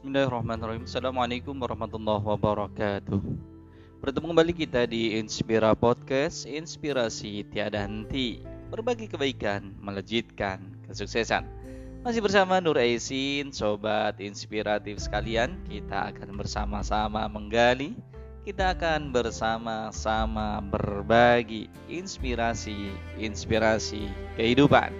Bismillahirrahmanirrahim. Assalamualaikum warahmatullahi wabarakatuh. Bertemu kembali kita di Inspira Podcast, inspirasi tiada henti, berbagi kebaikan, melejitkan kesuksesan. Masih bersama Nur Aisin, sobat inspiratif sekalian. Kita akan bersama-sama menggali, kita akan bersama-sama berbagi inspirasi kehidupan.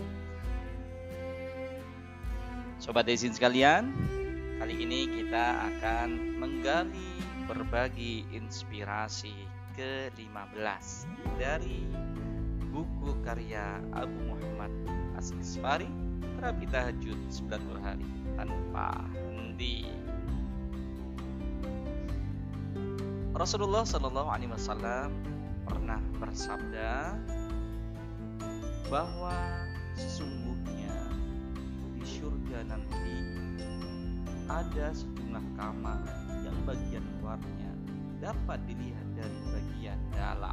Sobat Aisin sekalian, kali ini kita akan menggali berbagi inspirasi ke-15 dari buku karya Abu Muhammad As-Sifari, Terapi Tahajud 90 Hari Tanpa Henti. Rasulullah SAW pernah bersabda bahwa sesungguhnya di surga nanti ada sejumlah kamar yang bagian luarnya dapat dilihat dari bagian dalam.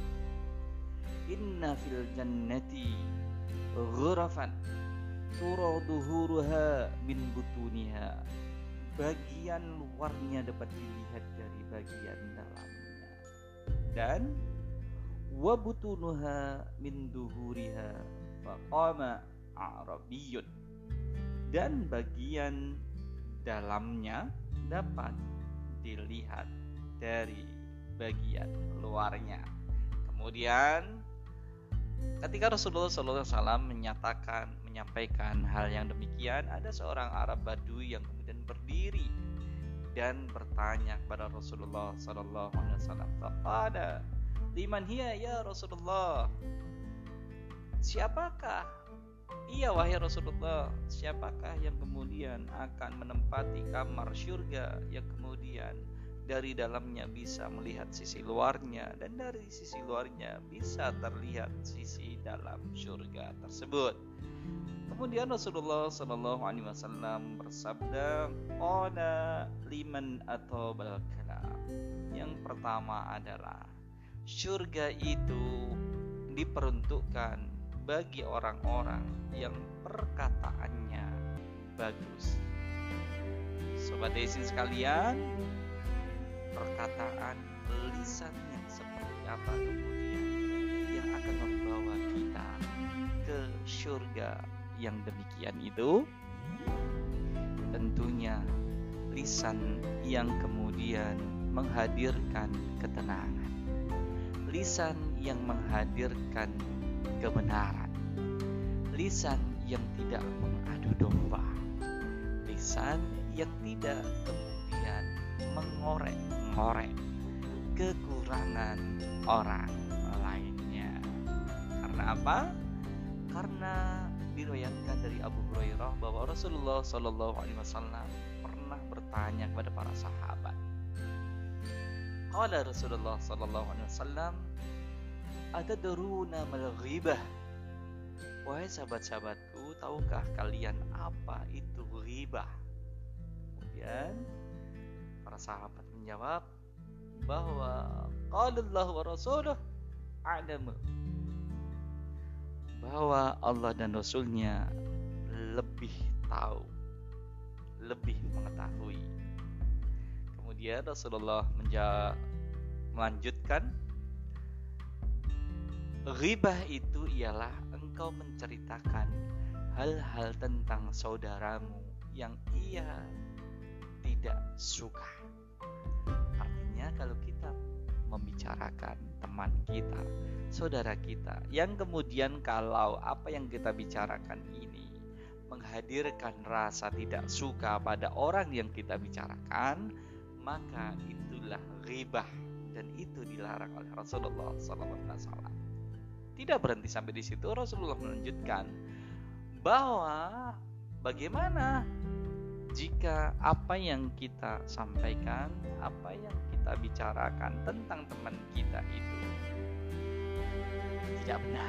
Inna fil jannati ghurafan tura duhuruha min butuniha. Bagian luarnya dapat dilihat dari bagian dalamnya. Dan wa butunuha min duhuriha faqama a'rabiyyun. Dan bagian dalamnya dapat dilihat dari bagian luarnya. Kemudian ketika Rasulullah SAW menyampaikan hal yang demikian, ada seorang Arab Badui yang kemudian berdiri dan bertanya kepada Rasulullah SAW. Faqala liman hiya ya Rasulullah? Siapakah? Iya wahai Rasulullah, siapakah yang kemudian akan menempati kamar surga yang kemudian dari dalamnya bisa melihat sisi luarnya dan dari sisi luarnya bisa terlihat sisi dalam surga tersebut? Kemudian Rasulullah SAW bersabda, "Qala liman atobal kalam." Yang pertama adalah surga itu diperuntukkan bagi orang-orang yang perkataannya bagus. Sobat Aisin sekalian, perkataan lisan yang seperti apa kemudian yang akan membawa kita ke surga yang demikian itu? Tentunya lisan yang kemudian menghadirkan ketenangan, lisan yang menghadirkan kebenaran, lisan yang tidak mengadu domba, lisan yang tidak kemudian mengorek-ngorek kekurangan orang lainnya. Karena apa? Karena diriwayatkan dari Abu Hurairah bahwa Rasulullah SAW pernah bertanya kepada para sahabat. Qala Rasulullah SAW, "Atadruna mal ghibah?" Wahai sahabat-sahabatku, tahukah kalian apa itu ghibah? Kemudian para sahabat menjawab bahwa qala Allah wa rasuluh a'lamu, bahwa Allah dan Rasulnya lebih tahu, lebih mengetahui. Kemudian Rasulullah melanjutkan, ghibah itu ialah engkau menceritakan hal-hal tentang saudaramu yang ia tidak suka. Artinya kalau kita membicarakan teman kita, saudara kita, yang kemudian kalau apa yang kita bicarakan ini menghadirkan rasa tidak suka pada orang yang kita bicarakan, maka itulah ghibah dan itu dilarang oleh Rasulullah SAW. Tidak berhenti sampai di situ, Rasulullah melanjutkan bahwa bagaimana jika apa yang kita sampaikan, apa yang kita bicarakan tentang teman kita itu tidak benar.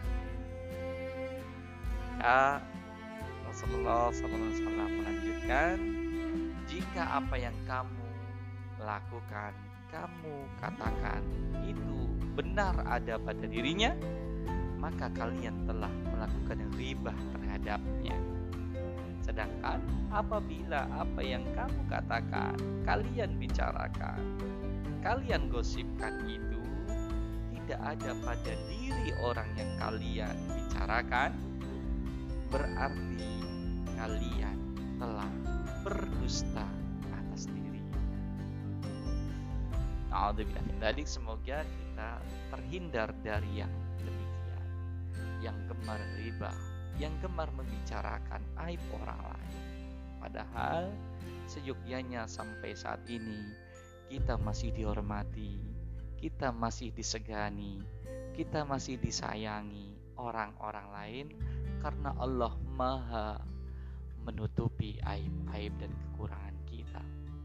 Ya, Rasulullah SAW melanjutkan, jika apa yang kamu lakukan, kamu katakan itu benar ada pada dirinya, maka kalian telah melakukan ghibah terhadapnya. Sedangkan apabila apa yang kamu katakan, kalian bicarakan, kalian gosipkan itu tidak ada pada diri orang yang kalian bicarakan, berarti kalian telah berdusta atas dirinya. Na'udzubillah min dzalik. Semoga kita terhindar dari yang demikian, yang gemar riba, yang gemar membicarakan aib orang lain. Padahal seyogyanya sampai saat ini kita masih dihormati, kita masih disegani, kita masih disayangi orang-orang lain karena Allah Maha menutupi aib-aib dan kekurangan kita.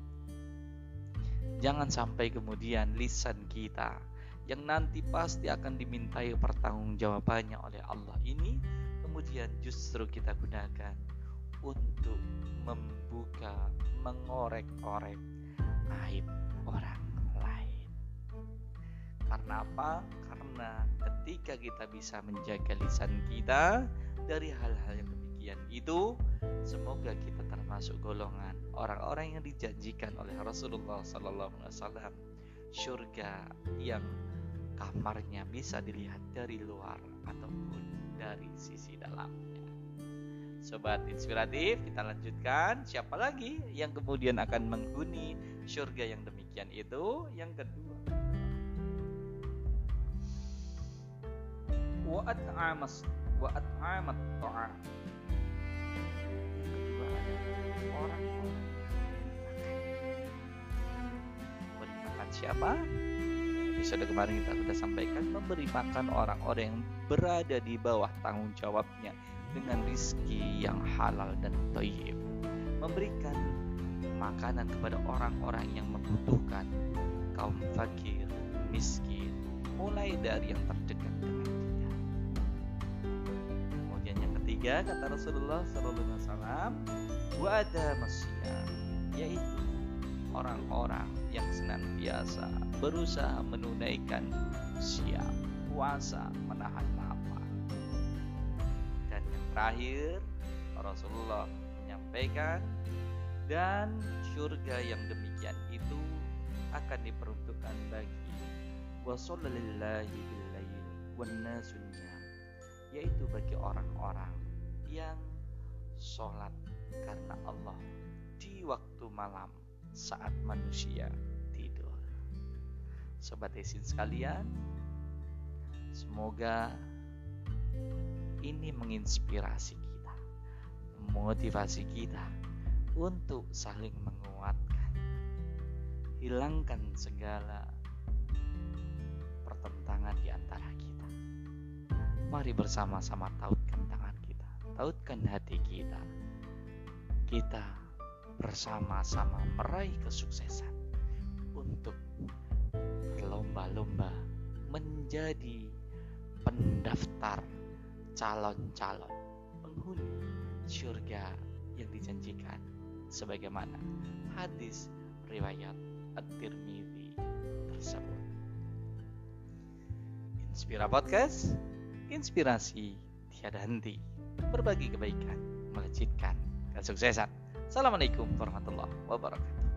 Jangan sampai kemudian lisan kita yang nanti pasti akan dimintai pertanggungjawabannya oleh Allah ini kemudian justru kita gunakan untuk membuka, mengorek-orek aib orang lain. Karena apa? Karena ketika kita bisa menjaga lisan kita dari hal-hal yang demikian itu, semoga kita termasuk golongan orang-orang yang dijanjikan oleh Rasulullah SAW surga yang kamarnya bisa dilihat dari luar ataupun dari sisi dalamnya. Sobat inspiratif, kita lanjutkan. Siapa lagi yang kemudian akan menghuni surga yang demikian itu? Yang kedua, wa at'amat ta'am. Kedua adalah orang-orang memberi makan siapa? Episode kemarin kita sudah sampaikan, memberi makan orang-orang yang berada di bawah tanggung jawabnya dengan rizki yang halal dan thayyib, memberikan makanan kepada orang-orang yang membutuhkan, kaum fakir, miskin, mulai dari yang terdekat dengan dia. Kemudian yang ketiga, kata Rasulullah SAW, wa ada masyia, yaitu orang-orang yang senantiasa berusaha menunaikan siam, puasa, menahan lapar. Dan yang terakhir, Rasulullah menyampaikan, dan surga yang demikian itu akan diperuntukkan bagi wasallalillahi billail wan nasunya, yaitu bagi orang-orang yang sholat karena Allah di waktu malam saat manusia tidur. Sobat Esin sekalian, semoga ini menginspirasi kita, memotivasi kita untuk saling menguatkan, hilangkan segala pertentangan di antara kita. Mari bersama-sama tautkan tangan kita, tautkan hati kita. Kita bersama-sama meraih kesuksesan untuk berlomba-lomba menjadi pendaftar calon-calon penghuni surga yang dijanjikan sebagaimana hadis riwayat At-Tirmidzi tersebut. Inspira Podcast, inspirasi tiada henti, berbagi kebaikan, melejitkan kesuksesan. Assalamualaikum warahmatullahi wabarakatuh.